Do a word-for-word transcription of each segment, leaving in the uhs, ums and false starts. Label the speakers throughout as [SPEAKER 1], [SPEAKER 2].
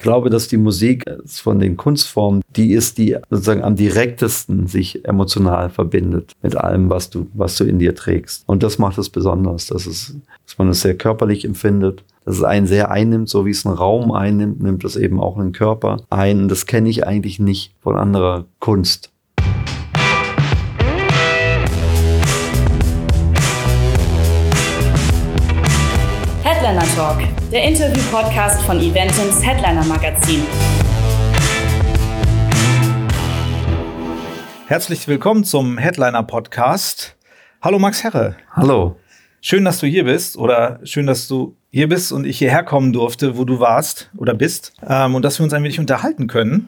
[SPEAKER 1] Ich glaube, dass die Musik von den Kunstformen, die ist, die sozusagen am direktesten sich emotional verbindet mit allem, was du, was du in dir trägst. Und das macht es besonders, dass es, dass man es sehr körperlich empfindet, dass es einen sehr einnimmt, so wie es einen Raum einnimmt, nimmt es eben auch einen Körper ein. Das kenne ich eigentlich nicht von anderer Kunst.
[SPEAKER 2] Headliner Talk, der Interview-Podcast von Eventims Headliner Magazin.
[SPEAKER 3] Herzlich willkommen zum Headliner Podcast. Hallo Max Herre.
[SPEAKER 1] Hallo.
[SPEAKER 3] Schön, dass du hier bist oder schön, dass du hier bist und ich hierher kommen durfte, wo du warst oder bist ähm, und dass wir uns ein wenig unterhalten können.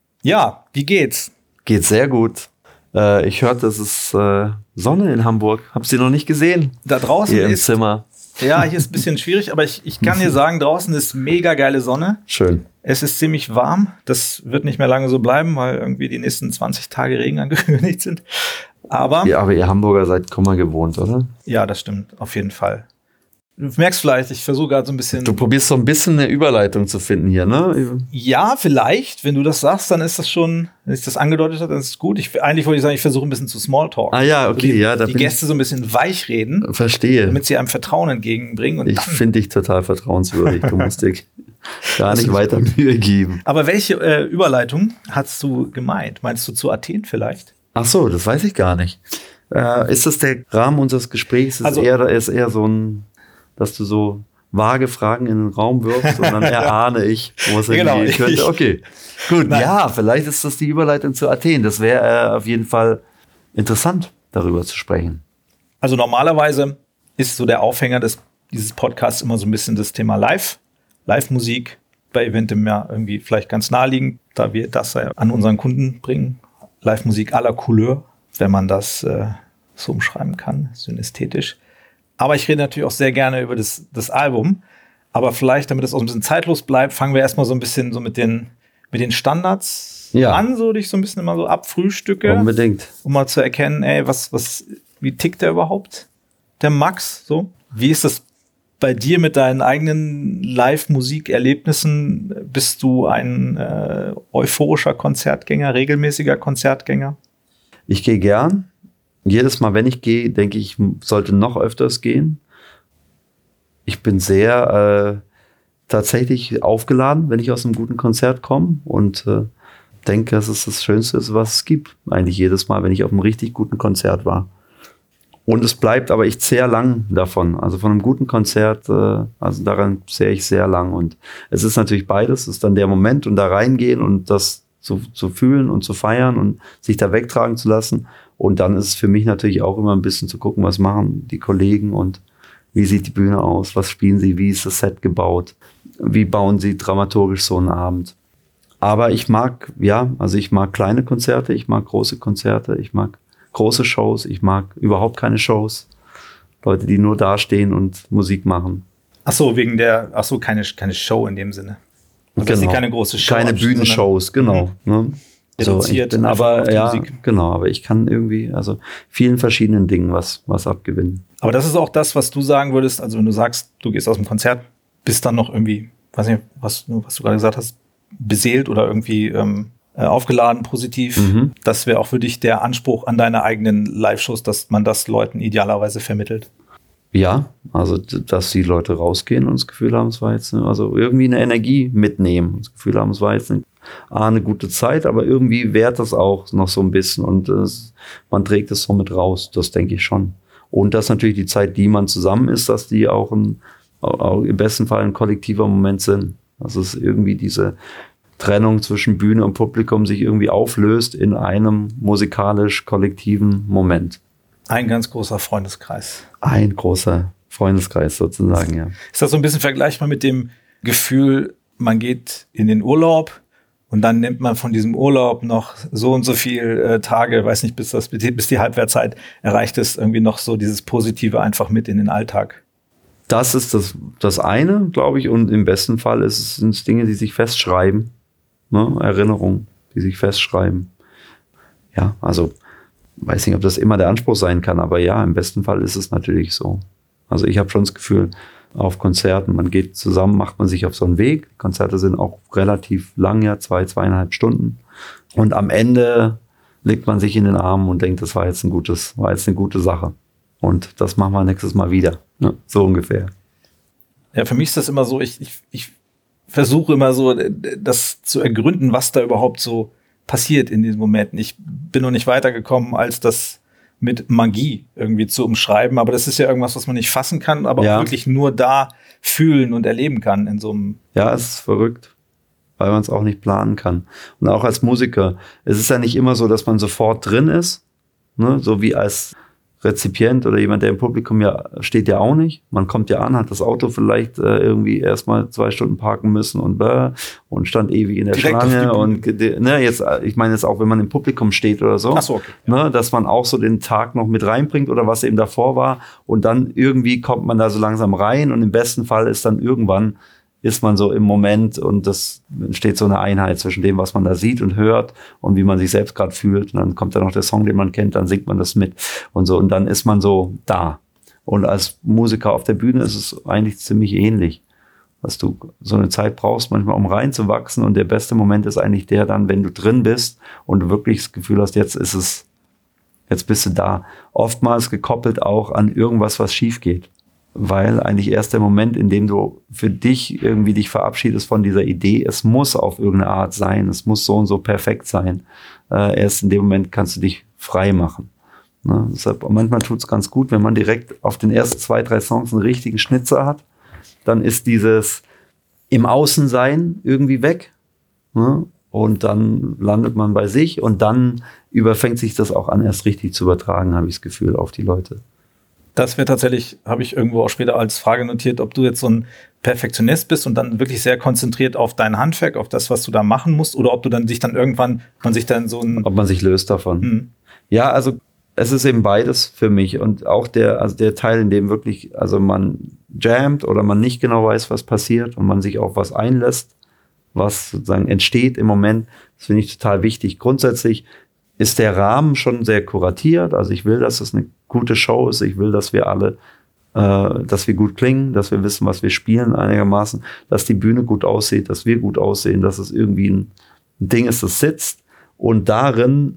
[SPEAKER 3] Ja, wie geht's?
[SPEAKER 1] Geht sehr gut. Äh, ich hörte, es ist äh, Sonne in Hamburg. Hab sie noch nicht gesehen.
[SPEAKER 3] Da draußen
[SPEAKER 1] hier im
[SPEAKER 3] ist,
[SPEAKER 1] Zimmer.
[SPEAKER 3] Ja, hier ist ein bisschen schwierig, aber ich, ich kann dir sagen, draußen ist mega geile Sonne.
[SPEAKER 1] Schön.
[SPEAKER 3] Es ist ziemlich warm. Das wird nicht mehr lange so bleiben, weil irgendwie die nächsten zwanzig Tage Regen angekündigt sind. Aber,
[SPEAKER 1] ja, aber ihr Hamburger seid Kummer gewohnt, oder?
[SPEAKER 3] Ja, das stimmt, auf jeden Fall. Du merkst vielleicht, ich versuche gerade so ein bisschen...
[SPEAKER 1] Du probierst so ein bisschen eine Überleitung zu finden hier, ne?
[SPEAKER 3] Ja, vielleicht. Wenn du das sagst, dann ist das schon, wenn ich das angedeutet habe, dann ist es gut. Ich, eigentlich wollte ich sagen, ich versuche ein bisschen zu Smalltalk.
[SPEAKER 1] Ah ja, okay.
[SPEAKER 3] Die,
[SPEAKER 1] ja, da
[SPEAKER 3] die Gäste so ein bisschen weich reden.
[SPEAKER 1] Verstehe.
[SPEAKER 3] Damit sie einem Vertrauen entgegenbringen. Und
[SPEAKER 1] ich finde dich total vertrauenswürdig. Du musst dir gar nicht weiter Mühe geben.
[SPEAKER 3] Aber welche äh, Überleitung hast du gemeint? Meinst du zu Athen vielleicht?
[SPEAKER 1] Ach so, das weiß ich gar nicht. Äh, ist das der Rahmen unseres Gesprächs? Ist
[SPEAKER 3] also,
[SPEAKER 1] eher, ist eher so ein... dass du so vage Fragen in den Raum wirfst und dann erahne ich, wo es
[SPEAKER 3] genau,
[SPEAKER 1] hingehen könnte. Okay, gut. Nein. Ja, vielleicht ist das die Überleitung zu Athen. Das wäre äh, auf jeden Fall interessant, darüber zu sprechen.
[SPEAKER 3] Also normalerweise ist so der Aufhänger des, dieses Podcasts immer so ein bisschen das Thema Live. Live-Musik bei Eventim ja irgendwie vielleicht ganz naheliegend, da wir das ja an unseren Kunden bringen. Live-Musik à la Couleur, wenn man das äh, so umschreiben kann, synästhetisch. Aber ich rede natürlich auch sehr gerne über das, das Album. Aber vielleicht, damit es auch ein bisschen zeitlos bleibt, fangen wir erstmal so ein bisschen so mit den, mit den Standards
[SPEAKER 1] ja.
[SPEAKER 3] an, so die ich so ein bisschen immer so abfrühstücke.
[SPEAKER 1] Unbedingt.
[SPEAKER 3] Um mal zu erkennen, ey, was, was, wie tickt der überhaupt? Der Max, so. Wie ist das bei dir mit deinen eigenen Live-Musik-Erlebnissen? Bist du ein äh, euphorischer Konzertgänger, regelmäßiger Konzertgänger?
[SPEAKER 1] Ich gehe gern. Jedes Mal, wenn ich gehe, denke ich, sollte noch öfters gehen. Ich bin sehr äh, tatsächlich aufgeladen, wenn ich aus einem guten Konzert komme und äh, denke, dass es das Schönste ist, was es gibt. Eigentlich jedes Mal, wenn ich auf einem richtig guten Konzert war. Und es bleibt aber ich sehr lang davon. Also von einem guten Konzert, äh, also daran zehre ich sehr lang. Und es ist natürlich beides. Es ist dann der Moment und da reingehen und das zu, zu fühlen und zu feiern und sich da wegtragen zu lassen. Und dann ist es für mich natürlich auch immer ein bisschen zu gucken, was machen die Kollegen und wie sieht die Bühne aus, was spielen sie, wie ist das Set gebaut, wie bauen sie dramaturgisch so einen Abend. Aber ich mag, ja, also ich mag kleine Konzerte, ich mag große Konzerte, ich mag große Shows, ich mag überhaupt keine Shows. Leute, die nur dastehen und Musik machen.
[SPEAKER 3] Ach so, wegen der, ach so, keine, keine Show in dem Sinne. Also genau. Dass sie keine große Show
[SPEAKER 1] Keine Bühnenshows, genau. Ne? So, ich bin aber, ja, genau, aber ich kann irgendwie, also vielen verschiedenen Dingen was, was abgewinnen.
[SPEAKER 3] Aber das ist auch das, was du sagen würdest, also wenn du sagst, du gehst aus dem Konzert, bist dann noch irgendwie, weiß nicht, was, was du gerade gesagt hast, beseelt oder irgendwie ähm, aufgeladen, positiv. Mhm. Das wäre auch für dich der Anspruch an deine eigenen Live-Shows, dass man das Leuten idealerweise vermittelt.
[SPEAKER 1] Ja, also dass die Leute rausgehen und das Gefühl haben, es war jetzt, eine, also irgendwie eine Energie mitnehmen. Das Gefühl haben, es war jetzt eine, eine gute Zeit, aber irgendwie währt das auch noch so ein bisschen und es, man trägt es so mit raus, das denke ich schon. Und dass natürlich die Zeit, die man zusammen ist, dass die auch, ein, auch im besten Fall ein kollektiver Moment sind. Also es ist irgendwie diese Trennung zwischen Bühne und Publikum sich irgendwie auflöst in einem musikalisch kollektiven Moment.
[SPEAKER 3] Ein ganz großer Freundeskreis.
[SPEAKER 1] Ein großer Freundeskreis sozusagen, ja.
[SPEAKER 3] Ist das so ein bisschen vergleichbar mit dem Gefühl, man geht in den Urlaub und dann nimmt man von diesem Urlaub noch so und so viele äh, Tage, weiß nicht, bis, das, bis die Halbwertszeit erreicht ist, irgendwie noch so dieses Positive einfach mit in den Alltag?
[SPEAKER 1] Das ist das, das eine, glaube ich, und im besten Fall ist es, sind es Dinge, die sich festschreiben, ne? Erinnerungen, die sich festschreiben. Ja, also weiß nicht, ob das immer der Anspruch sein kann, aber ja, im besten Fall ist es natürlich so. Also ich habe schon das Gefühl, auf Konzerten. Man geht zusammen, macht man sich auf so einen Weg. Die Konzerte sind auch relativ lang, ja, zwei, zweieinhalb Stunden. Und am Ende legt man sich in den Arm und denkt, das war jetzt ein gutes, war jetzt eine gute Sache. Und das machen wir nächstes Mal wieder. Ja, so ungefähr.
[SPEAKER 3] Ja, für mich ist das immer so, ich, ich, ich versuche immer so, das zu ergründen, was da überhaupt so passiert in diesen Momenten. Ich bin noch nicht weitergekommen, als das mit Magie irgendwie zu umschreiben. Aber das ist ja irgendwas, was man nicht fassen kann, aber
[SPEAKER 1] ja.
[SPEAKER 3] auch wirklich nur da fühlen und erleben kann in so einem.
[SPEAKER 1] Ja, es ist verrückt, weil man es auch nicht planen kann. Und auch als Musiker, es ist ja nicht immer so, dass man sofort drin ist, ne? So wie als Rezipient oder jemand, der im Publikum ja steht, ja auch nicht. Man kommt ja an, hat das Auto vielleicht äh, irgendwie erstmal zwei Stunden parken müssen und bäh, und stand ewig in der
[SPEAKER 3] Direkt
[SPEAKER 1] Schlange. Und ne, jetzt, ich meine jetzt auch, wenn man im Publikum steht oder so,
[SPEAKER 3] Ach so, okay.
[SPEAKER 1] ne, dass man auch so den Tag noch mit reinbringt oder was eben davor war. Und dann irgendwie kommt man da so langsam rein und im besten Fall ist dann irgendwann ist man so im Moment und das entsteht so eine Einheit zwischen dem, was man da sieht und hört und wie man sich selbst gerade fühlt. Und dann kommt da noch der Song, den man kennt, dann singt man das mit und so. Und dann ist man so da. Und als Musiker auf der Bühne ist es eigentlich ziemlich ähnlich. Dass du so eine Zeit brauchst, manchmal um reinzuwachsen. Und der beste Moment ist eigentlich der dann, wenn du drin bist und du wirklich das Gefühl hast, jetzt ist es, jetzt bist du da. Oftmals gekoppelt auch an irgendwas, was schief geht. Weil eigentlich erst der Moment, in dem du für dich irgendwie dich verabschiedest von dieser Idee, es muss auf irgendeine Art sein, es muss so und so perfekt sein. Äh, erst in dem Moment kannst du dich frei machen. Ne? Deshalb, manchmal tut es ganz gut, wenn man direkt auf den ersten zwei, drei Songs einen richtigen Schnitzer hat. Dann ist dieses im Außensein irgendwie weg. Ne? Und dann landet man bei sich und dann überfängt sich das auch an, erst richtig zu übertragen, habe ich das Gefühl, auf die Leute.
[SPEAKER 3] Das wäre tatsächlich, habe ich irgendwo auch später als Frage notiert, ob du jetzt so ein Perfektionist bist und dann wirklich sehr konzentriert auf dein Handwerk, auf das, was du da machen musst, oder ob du dann dich dann irgendwann, man sich dann so ein...
[SPEAKER 1] Ob man sich löst davon.
[SPEAKER 3] Hm.
[SPEAKER 1] Ja, also es ist eben beides für mich und auch der, also der Teil, in dem wirklich, also man jammt oder man nicht genau weiß, was passiert und man sich auf was einlässt, was sozusagen entsteht im Moment, das finde ich total wichtig. Grundsätzlich ist der Rahmen schon sehr kuratiert. Also ich will, dass es eine gute Show ist. Ich will, dass wir alle, äh, dass wir gut klingen, dass wir wissen, was wir spielen einigermaßen, dass die Bühne gut aussieht, dass wir gut aussehen, dass es irgendwie ein, ein Ding ist, das sitzt. Und darin,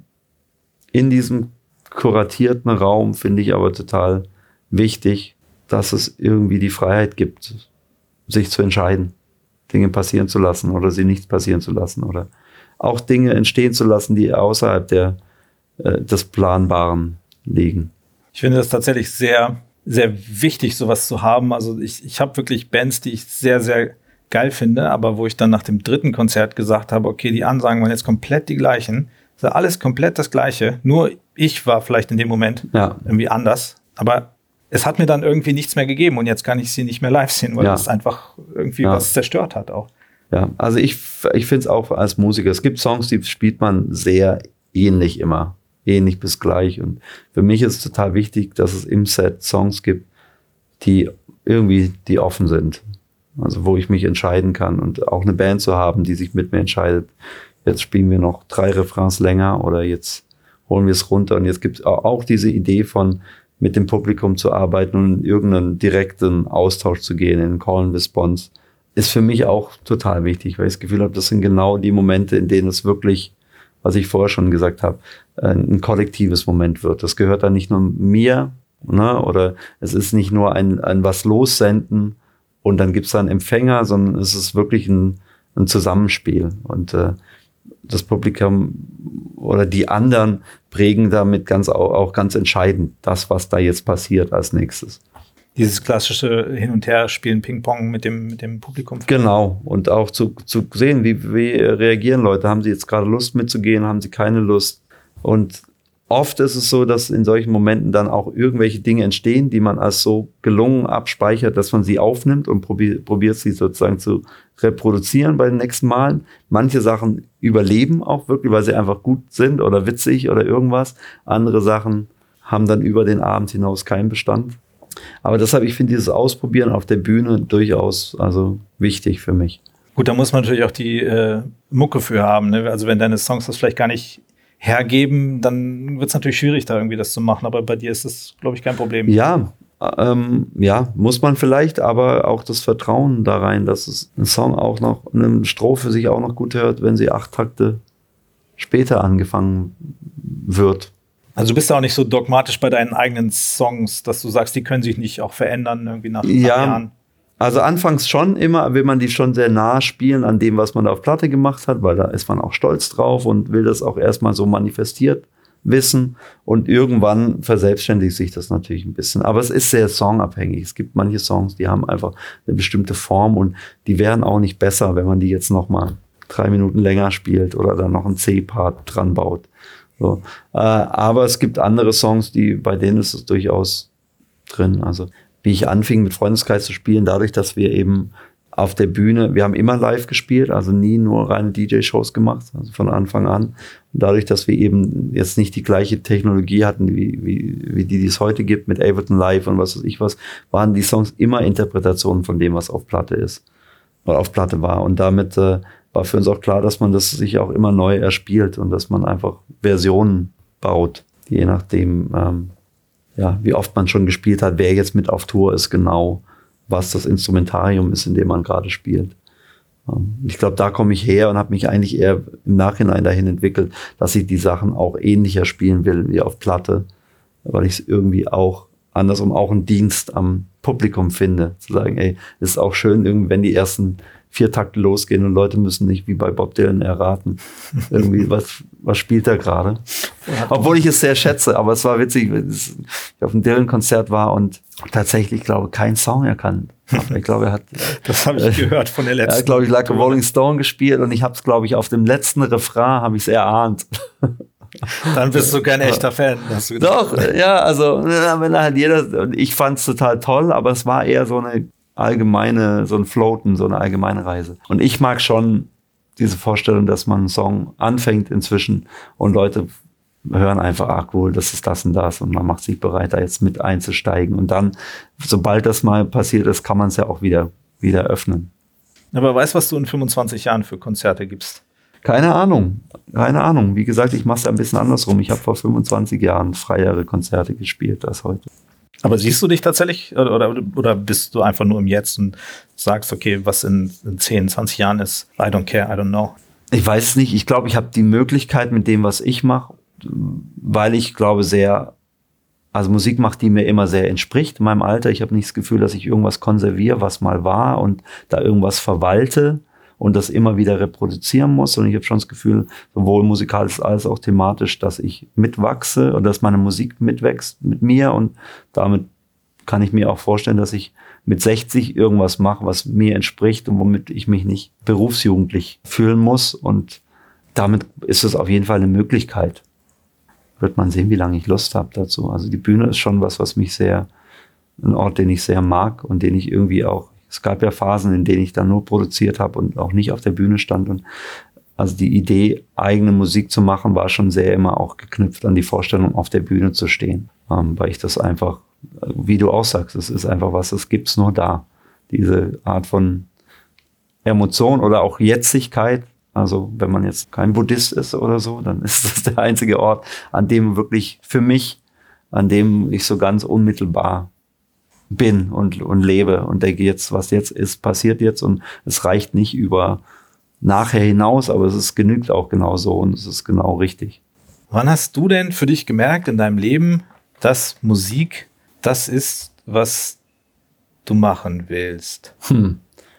[SPEAKER 1] in diesem kuratierten Raum, finde ich aber total wichtig, dass es irgendwie die Freiheit gibt, sich zu entscheiden, Dinge passieren zu lassen oder sie nicht passieren zu lassen oder auch Dinge entstehen zu lassen, die außerhalb der, äh, des Planbaren liegen.
[SPEAKER 3] Ich finde das tatsächlich sehr, sehr wichtig, sowas zu haben. Also ich, ich habe wirklich Bands, die ich sehr, sehr geil finde, aber wo ich dann nach dem dritten Konzert gesagt habe, okay, die Ansagen waren jetzt komplett die gleichen. Das war alles komplett das Gleiche. Nur ich war vielleicht in dem Moment
[SPEAKER 1] ja.
[SPEAKER 3] irgendwie anders. Aber es hat mir dann irgendwie nichts mehr gegeben und jetzt kann ich sie nicht mehr live sehen, weil
[SPEAKER 1] ja.
[SPEAKER 3] es einfach irgendwie
[SPEAKER 1] ja.
[SPEAKER 3] was zerstört hat auch.
[SPEAKER 1] Ja, also ich, ich finde es auch als Musiker, es gibt Songs, die spielt man sehr ähnlich immer, ähnlich bis gleich. Und für mich ist es total wichtig, dass es im Set Songs gibt, die irgendwie, die offen sind. Also wo ich mich entscheiden kann und auch eine Band zu haben, die sich mit mir entscheidet, jetzt spielen wir noch drei Refrains länger oder jetzt holen wir es runter. Und jetzt gibt es auch diese Idee von, mit dem Publikum zu arbeiten und in irgendeinen direkten Austausch zu gehen, in Call and Response. Ist für mich auch total wichtig, weil ich das Gefühl habe, das sind genau die Momente, in denen es wirklich, was ich vorher schon gesagt habe, ein kollektives Moment wird. Das gehört dann nicht nur mir, ne, oder es ist nicht nur ein, ein was lossenden und dann gibt es da einen Empfänger, sondern es ist wirklich ein, ein Zusammenspiel. Und äh, das Publikum oder die anderen prägen damit ganz auch, auch ganz entscheidend das, was da jetzt passiert als nächstes.
[SPEAKER 3] Dieses klassische Hin- und Her-Spielen, Ping-Pong mit dem, mit dem Publikum.
[SPEAKER 1] Genau. Und auch zu, zu sehen, wie, wie reagieren Leute. Haben sie jetzt gerade Lust mitzugehen? Haben sie keine Lust? Und oft ist es so, dass in solchen Momenten dann auch irgendwelche Dinge entstehen, die man als so gelungen abspeichert, dass man sie aufnimmt und probiert, probiert sie sozusagen zu reproduzieren bei den nächsten Malen. Manche Sachen überleben auch wirklich, weil sie einfach gut sind oder witzig oder irgendwas. Andere Sachen haben dann über den Abend hinaus keinen Bestand. Aber deshalb, ich finde dieses Ausprobieren auf der Bühne durchaus also wichtig für mich.
[SPEAKER 3] Gut, da muss man natürlich auch die äh, Mucke für haben. Ne? Also wenn deine Songs das vielleicht gar nicht hergeben, dann wird es natürlich schwierig, da irgendwie das zu machen. Aber bei dir ist das, glaube ich, kein Problem.
[SPEAKER 1] Ja, Ähm, ja, muss man vielleicht, aber auch das Vertrauen da rein, dass es ein Song auch noch, eine Strophe sich auch noch gut hört, wenn sie acht Takte später angefangen wird.
[SPEAKER 3] Also du bist auch nicht so dogmatisch bei deinen eigenen Songs, dass du sagst, die können sich nicht auch verändern irgendwie nach, nach
[SPEAKER 1] ja,
[SPEAKER 3] Jahren.
[SPEAKER 1] Also anfangs schon immer, will man die schon sehr nah spielen an dem, was man da auf Platte gemacht hat, weil da ist man auch stolz drauf und will das auch erstmal so manifestiert wissen. Und irgendwann verselbstständigt sich das natürlich ein bisschen. Aber es ist sehr songabhängig. Es gibt manche Songs, die haben einfach eine bestimmte Form und die wären auch nicht besser, wenn man die jetzt noch mal drei Minuten länger spielt oder dann noch einen C-Part dran baut. So. Äh, aber es gibt andere Songs, die, bei denen ist es durchaus drin. Also wie ich anfing mit Freundeskreis zu spielen, dadurch, dass wir eben auf der Bühne, wir haben immer live gespielt, also nie nur reine D J-Shows gemacht, also von Anfang an. Und dadurch, dass wir eben jetzt nicht die gleiche Technologie hatten, wie, wie, wie die, die es heute gibt mit Ableton Live und was weiß ich was, waren die Songs immer Interpretationen von dem, was auf Platte ist, oder auf Platte war. Und damit äh, war für uns auch klar, dass man das sich auch immer neu erspielt und dass man einfach Versionen baut, je nachdem, ähm, ja, wie oft man schon gespielt hat, wer jetzt mit auf Tour ist, genau, was das Instrumentarium ist, in dem man gerade spielt. Ähm, ich glaube, da komme ich her und habe mich eigentlich eher im Nachhinein dahin entwickelt, dass ich die Sachen auch ähnlicher spielen will wie auf Platte, weil ich es irgendwie auch andersrum auch einen Dienst am Publikum finde, zu sagen, ey, es ist auch schön, irgendwie, wenn die ersten vier Takte losgehen und Leute müssen nicht wie bei Bob Dylan erraten, irgendwie, was, was spielt er gerade. Obwohl ich es sehr schätze, aber es war witzig, ich auf einem Dylan-Konzert war und tatsächlich, glaube ich, keinen Song erkannt. Aber ich glaube, er hat...
[SPEAKER 3] Das habe ich gehört von der letzten.
[SPEAKER 1] Er hat, glaube ich, Like a Rolling Stone gespielt und ich habe es, glaube ich, auf dem letzten Refrain habe ich es erahnt.
[SPEAKER 3] Dann bist du kein echter Fan. Hast du
[SPEAKER 1] Doch, ja, also, wenn halt jeder, ich fand es total toll, aber es war eher so eine allgemeine, so ein Floaten, so eine allgemeine Reise. Und ich mag schon diese Vorstellung, dass man einen Song anfängt inzwischen und Leute hören einfach, ach cool, das ist das und das und man macht sich bereit, da jetzt mit einzusteigen. Und dann, sobald das mal passiert ist, kann man es ja auch wieder, wieder öffnen.
[SPEAKER 3] Aber weißt du, was du in fünfundzwanzig Jahren für Konzerte gibst?
[SPEAKER 1] Keine Ahnung, keine Ahnung. Wie gesagt, ich mache es ein bisschen andersrum. Ich habe vor fünfundzwanzig Jahren freiere Konzerte gespielt als heute.
[SPEAKER 3] Aber siehst du dich tatsächlich oder, oder bist du einfach nur im Jetzt und sagst, okay, was in, in zehn, zwanzig Jahren ist, I don't care, I don't know?
[SPEAKER 1] Ich weiß es nicht. Ich glaube, ich habe die Möglichkeit mit dem, was ich mache, weil ich glaube sehr, also Musik macht, die mir immer sehr entspricht in meinem Alter. Ich habe nicht das Gefühl, dass ich irgendwas konserviere, was mal war und da irgendwas verwalte und das immer wieder reproduzieren muss. Und ich habe schon das Gefühl, sowohl musikalisch als auch thematisch, dass ich mitwachse und dass meine Musik mitwächst mit mir. Und damit kann ich mir auch vorstellen, dass ich mit sechzig irgendwas mache, was mir entspricht und womit ich mich nicht berufsjugendlich fühlen muss. Und damit ist es auf jeden Fall eine Möglichkeit. Wird man sehen, wie lange ich Lust habe dazu. Also die Bühne ist schon was, was mich sehr, ein Ort, den ich sehr mag und den ich irgendwie auch, es gab ja Phasen, in denen ich dann nur produziert habe und auch nicht auf der Bühne stand. Und also die Idee, eigene Musik zu machen, war schon sehr immer auch geknüpft an die Vorstellung, auf der Bühne zu stehen. Ähm, weil ich das einfach, wie du auch sagst, es ist einfach was, das gibt's nur da. Diese Art von Emotion oder auch Jetzigkeit. Also wenn man jetzt kein Buddhist ist oder so, dann ist das der einzige Ort, an dem wirklich für mich, an dem ich so ganz unmittelbar bin und, und lebe und denke jetzt, was jetzt ist, passiert jetzt und es reicht nicht über nachher hinaus, aber es ist, genügt auch genau so und es ist genau richtig.
[SPEAKER 3] Wann hast du denn für dich gemerkt in deinem Leben, dass Musik das ist, was du machen willst?
[SPEAKER 1] Hm.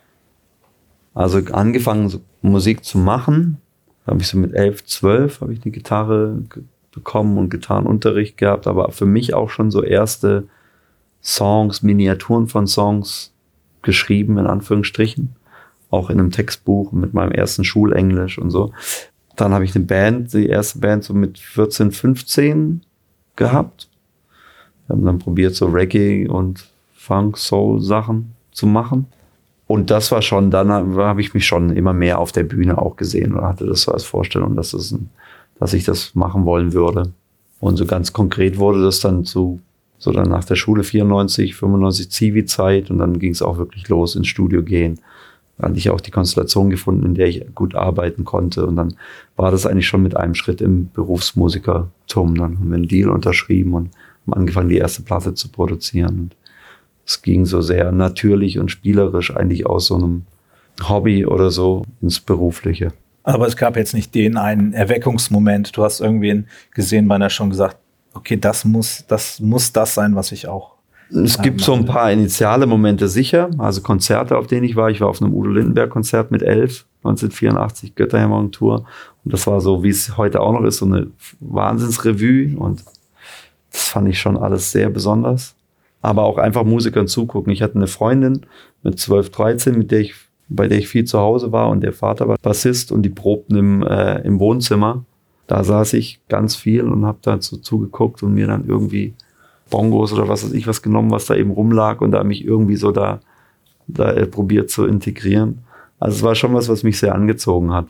[SPEAKER 1] Also angefangen, so Musik zu machen, habe ich so mit elf, zwölf habe ich eine Gitarre ge- bekommen und Gitarrenunterricht gehabt, aber für mich auch schon so erste Songs, Miniaturen von Songs geschrieben, in Anführungsstrichen. Auch in einem Textbuch mit meinem ersten Schulenglisch und so. Dann habe ich eine Band, die erste Band so mit vierzehn, fünfzehn gehabt. Wir haben dann probiert, so Reggae und Funk, Soul Sachen zu machen. Und das war schon, dann habe ich mich schon immer mehr auf der Bühne auch gesehen oder hatte das so als Vorstellung, dass, das ein, dass ich das machen wollen würde. Und so ganz konkret wurde das dann zu So dann nach der Schule vierundneunzig, fünfundneunzig Zivi-Zeit und dann ging es auch wirklich los, ins Studio gehen. Da hatte ich auch die Konstellation gefunden, in der ich gut arbeiten konnte und dann war das eigentlich schon mit einem Schritt im Berufsmusikertum. Dann haben wir einen Deal unterschrieben und haben angefangen, die erste Platte zu produzieren. Und es ging so sehr natürlich und spielerisch eigentlich aus so einem Hobby oder so ins Berufliche.
[SPEAKER 3] Aber es gab jetzt nicht den einen Erweckungsmoment. Du hast irgendwen gesehen, bei der schon gesagt, okay, das muss, das muss das sein, was ich auch.
[SPEAKER 1] Es gibt so ein paar initiale Momente sicher, also Konzerte, auf denen ich war. Ich war auf einem Udo Lindenberg-Konzert mit elf, neunzehnhundertvierundachtzig, Götterhämmerung-Tour. Und das war so, wie es heute auch noch ist, so eine Wahnsinnsrevue. Und das fand ich schon alles sehr besonders. Aber auch einfach Musikern zugucken. Ich hatte eine Freundin mit zwölf, dreizehn, mit der ich, bei der ich viel zu Hause war. Und der Vater war Bassist und die probten im, äh, im Wohnzimmer. Da saß ich ganz viel und habe da so zugeguckt und mir dann irgendwie Bongos oder was weiß ich was genommen, was da eben rumlag und da mich irgendwie so da, da äh, probiert zu integrieren. Also es war schon was, was mich sehr angezogen hat.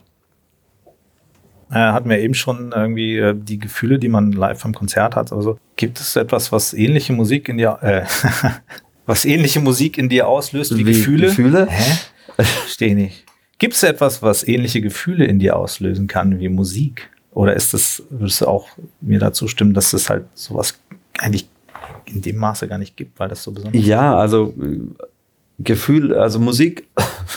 [SPEAKER 3] Äh, hatten wir eben schon irgendwie äh, die Gefühle, die man live am Konzert hat. Also gibt es etwas, was ähnliche Musik in dir, äh, was ähnliche Musik in dir auslöst wie, wie Gefühle?
[SPEAKER 1] Gefühle?
[SPEAKER 3] Hä? Verstehe nicht. Gibt es etwas, was ähnliche Gefühle in dir auslösen kann wie Musik? Oder ist das, würdest du auch mir dazu stimmen, dass es halt sowas eigentlich in dem Maße gar nicht gibt, weil das so besonders ist?
[SPEAKER 1] Ja, also Gefühl, also Musik,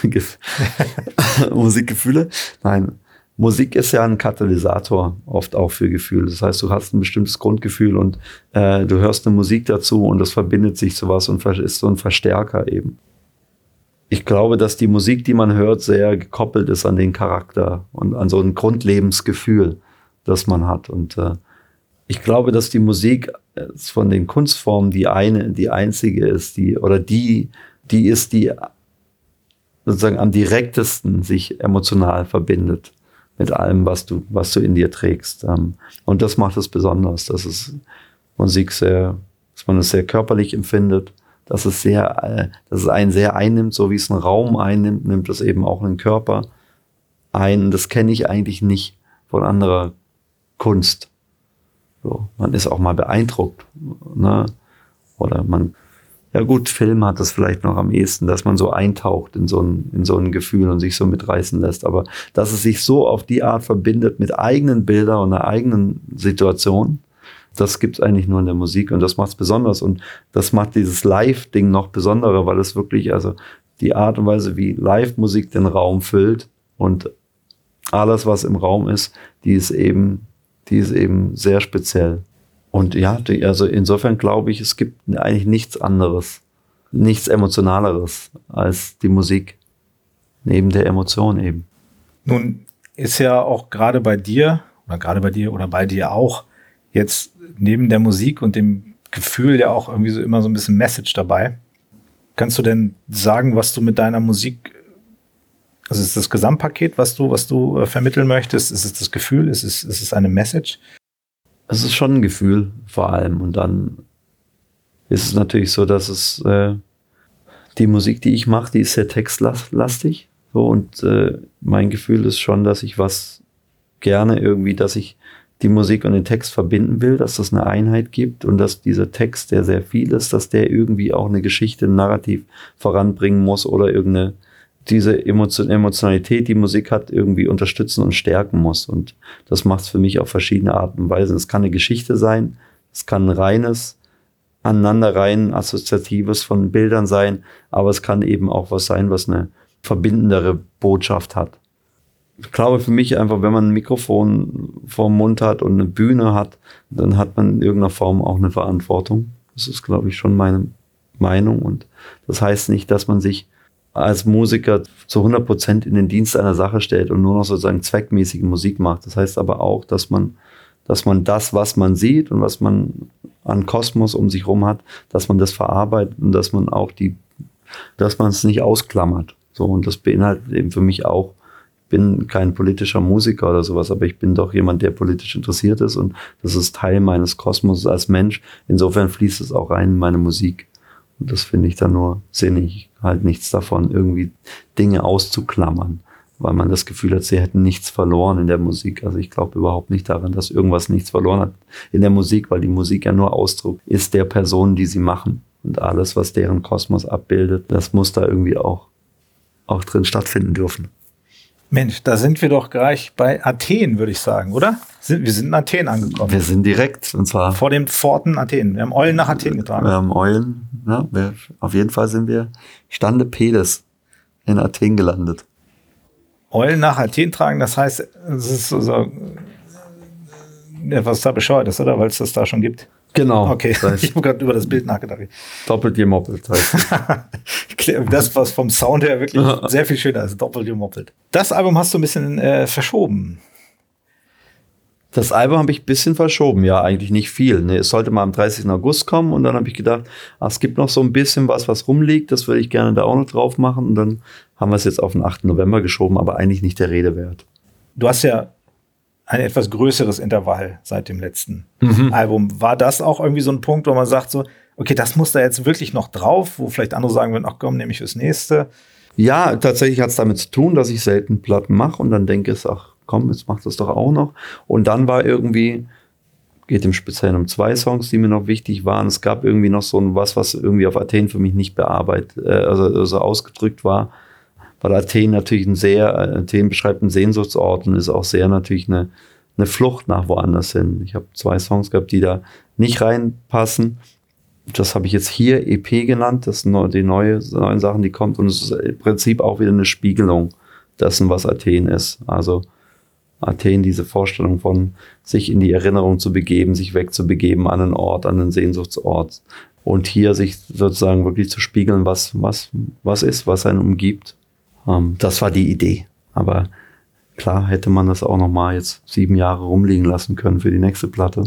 [SPEAKER 1] Musikgefühle, nein, Musik ist ja ein Katalysator, oft auch für Gefühle. Das heißt, du hast ein bestimmtes Grundgefühl und äh, du hörst eine Musik dazu und das verbindet sich zu was und ist so ein Verstärker eben. Ich glaube, dass die Musik, die man hört, sehr gekoppelt ist an den Charakter und an so ein Grundlebensgefühl, das man hat. Und äh, ich glaube, dass die Musik von den Kunstformen die eine, die einzige ist, die oder die, die ist, die sozusagen am direktesten sich emotional verbindet mit allem, was du, was du in dir trägst. Und das macht es besonders, dass es Musik sehr, dass man es sehr körperlich empfindet, dass es sehr, dass es einen sehr einnimmt, so wie es einen Raum einnimmt, nimmt es eben auch einen Körper ein. Das kenne ich eigentlich nicht von anderer Kunst. So, man ist auch mal beeindruckt, ne? Oder man, ja gut, Film hat das vielleicht noch am ehesten, dass man so eintaucht in so ein, in so ein Gefühl und sich so mitreißen lässt. Aber dass es sich so auf die Art verbindet mit eigenen Bildern und einer eigenen Situation, das gibt's eigentlich nur in der Musik und das macht's besonders. Und das macht dieses Live-Ding noch besonderer, weil es wirklich, also die Art und Weise, wie Live-Musik den Raum füllt und alles, was im Raum ist, die ist eben Die ist eben sehr speziell. Und ja, die, also insofern glaube ich, es gibt eigentlich nichts anderes, nichts Emotionaleres als die Musik, neben der Emotion eben.
[SPEAKER 3] Nun ist ja auch gerade bei dir, oder gerade bei dir oder bei dir auch, jetzt neben der Musik und dem Gefühl ja auch irgendwie so immer so ein bisschen Message dabei. Kannst du denn sagen, was du mit deiner Musik, also ist das Gesamtpaket, was du, was du äh, vermitteln möchtest? Ist es das Gefühl? Ist es, ist es eine Message?
[SPEAKER 1] Es ist schon ein Gefühl vor allem. Und dann ist es natürlich so, dass es äh, die Musik, die ich mache, die ist sehr textlastig. So, und äh, mein Gefühl ist schon, dass ich was gerne irgendwie, dass ich die Musik und den Text verbinden will, dass das eine Einheit gibt und dass dieser Text, der sehr viel ist, dass der irgendwie auch eine Geschichte, ein Narrativ voranbringen muss oder irgendeine diese Emotionalität, die Musik hat, irgendwie unterstützen und stärken muss. Und das macht es für mich auf verschiedene Arten und Weisen. Es kann eine Geschichte sein, es kann ein reines Aneinanderreihen, Assoziatives von Bildern sein, aber es kann eben auch was sein, was eine verbindendere Botschaft hat. Ich glaube für mich einfach, wenn man ein Mikrofon vor dem Mund hat und eine Bühne hat, dann hat man in irgendeiner Form auch eine Verantwortung. Das ist, glaube ich, schon meine Meinung. Und das heißt nicht, dass man sich als Musiker zu hundert Prozent in den Dienst einer Sache stellt und nur noch sozusagen zweckmäßige Musik macht. Das heißt aber auch, dass man, dass man das, was man sieht und was man an Kosmos um sich rum hat, dass man das verarbeitet und dass man auch die, dass man es nicht ausklammert. So, und das beinhaltet eben für mich auch, ich bin kein politischer Musiker oder sowas, aber ich bin doch jemand, der politisch interessiert ist und das ist Teil meines Kosmos als Mensch. Insofern fließt es auch rein in meine Musik. Und das finde ich dann nur sinnig, halt nichts davon, irgendwie Dinge auszuklammern, weil man das Gefühl hat, sie hätten nichts verloren in der Musik. Also ich glaube überhaupt nicht daran, dass irgendwas nichts verloren hat in der Musik, weil die Musik ja nur Ausdruck ist der Personen, die sie machen. Und alles, was deren Kosmos abbildet, das muss da irgendwie auch, auch drin stattfinden dürfen.
[SPEAKER 3] Mensch, da sind wir doch gleich bei Athen, würde ich sagen, oder? Wir sind in Athen angekommen.
[SPEAKER 1] Wir sind direkt, und zwar
[SPEAKER 3] vor den Pforten Athen. Wir haben Eulen nach Athen getragen.
[SPEAKER 1] Wir haben Eulen, ja, wir, auf jeden Fall sind wir Stande Pedes in Athen gelandet.
[SPEAKER 3] Eulen nach Athen tragen, das heißt, es ist so, so etwas da bescheuert ist, oder? Weil es das da schon gibt.
[SPEAKER 1] Genau.
[SPEAKER 3] Okay,
[SPEAKER 1] das heißt,
[SPEAKER 3] ich habe gerade über das Bild nachgedacht.
[SPEAKER 1] Doppelt gemoppelt heißt
[SPEAKER 3] das, was vom Sound her wirklich sehr viel schöner ist, doppelt gemoppelt. Das Album hast du ein bisschen äh, verschoben.
[SPEAKER 1] Das Album habe ich ein bisschen verschoben, ja, eigentlich nicht viel. Nee, es sollte mal am dreißigsten August kommen und dann habe ich gedacht, ach, es gibt noch so ein bisschen was, was rumliegt, das würde ich gerne da auch noch drauf machen und dann haben wir es jetzt auf den achten November geschoben, aber eigentlich nicht der Rede wert.
[SPEAKER 3] Du hast ja ein etwas größeres Intervall seit dem letzten mhm. Album. War das auch irgendwie so ein Punkt, wo man sagt so, okay, das muss da jetzt wirklich noch drauf, wo vielleicht andere sagen würden, ach komm, nehme ich fürs nächste?
[SPEAKER 1] Ja, tatsächlich hat es damit zu tun, dass ich selten Platten mache und dann denke ich, ach komm, jetzt macht das doch auch noch. Und dann war irgendwie, geht im Speziellen um zwei Songs, die mir noch wichtig waren. Es gab irgendwie noch so ein was, was irgendwie auf Athen für mich nicht bearbeitet, äh, also, also ausgedrückt war. Weil Athen natürlich ein sehr, Athen beschreibt einen Sehnsuchtsort und ist auch sehr natürlich eine, eine Flucht nach woanders hin. Ich habe zwei Songs gehabt, die da nicht reinpassen. Das habe ich jetzt hier E P genannt, das sind die neue, neuen Sachen, die kommt. Und es ist im Prinzip auch wieder eine Spiegelung dessen, was Athen ist. Also Athen, diese Vorstellung von sich in die Erinnerung zu begeben, sich wegzubegeben an einen Ort, an einen Sehnsuchtsort. Und hier sich sozusagen wirklich zu spiegeln, was, was, was ist, was einen umgibt. Das war die Idee. Aber klar hätte man das auch noch mal jetzt sieben Jahre rumliegen lassen können für die nächste Platte.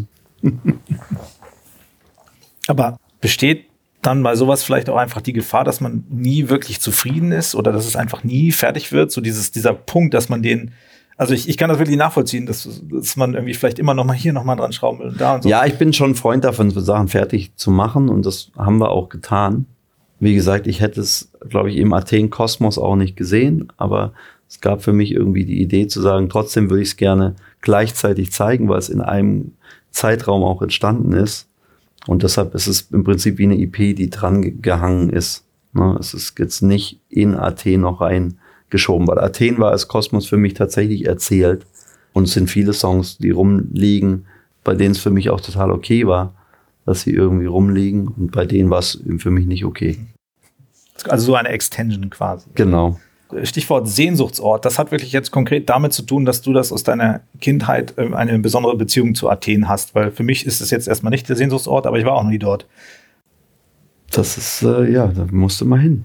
[SPEAKER 3] Aber besteht dann bei sowas vielleicht auch einfach die Gefahr, dass man nie wirklich zufrieden ist oder dass es einfach nie fertig wird? So dieses, dieser Punkt, dass man den, also ich, ich kann das wirklich nachvollziehen, dass, dass man irgendwie vielleicht immer noch mal hier noch mal dran schrauben will und da und so.
[SPEAKER 1] Ja, ich bin schon ein Freund davon, Sachen fertig zu machen und das haben wir auch getan. Wie gesagt, ich hätte es, glaube ich, im Athen-Kosmos auch nicht gesehen, aber es gab für mich irgendwie die Idee zu sagen, trotzdem würde ich es gerne gleichzeitig zeigen, weil es in einem Zeitraum auch entstanden ist. Und deshalb ist es im Prinzip wie eine E P, die dran gehangen ist. Ne? Es ist jetzt nicht in Athen noch reingeschoben, weil Athen war als Kosmos für mich tatsächlich erzählt. Und es sind viele Songs, die rumliegen, bei denen es für mich auch total okay war, dass sie irgendwie rumliegen. Und bei denen war es für mich nicht okay.
[SPEAKER 3] Also so eine Extension quasi.
[SPEAKER 1] Genau.
[SPEAKER 3] Stichwort Sehnsuchtsort. Das hat wirklich jetzt konkret damit zu tun, dass du das aus deiner Kindheit äh, eine besondere Beziehung zu Athen hast. Weil für mich ist es jetzt erstmal nicht der Sehnsuchtsort, aber ich war auch noch nie dort.
[SPEAKER 1] Das ist, äh, ja, da musst du mal hin.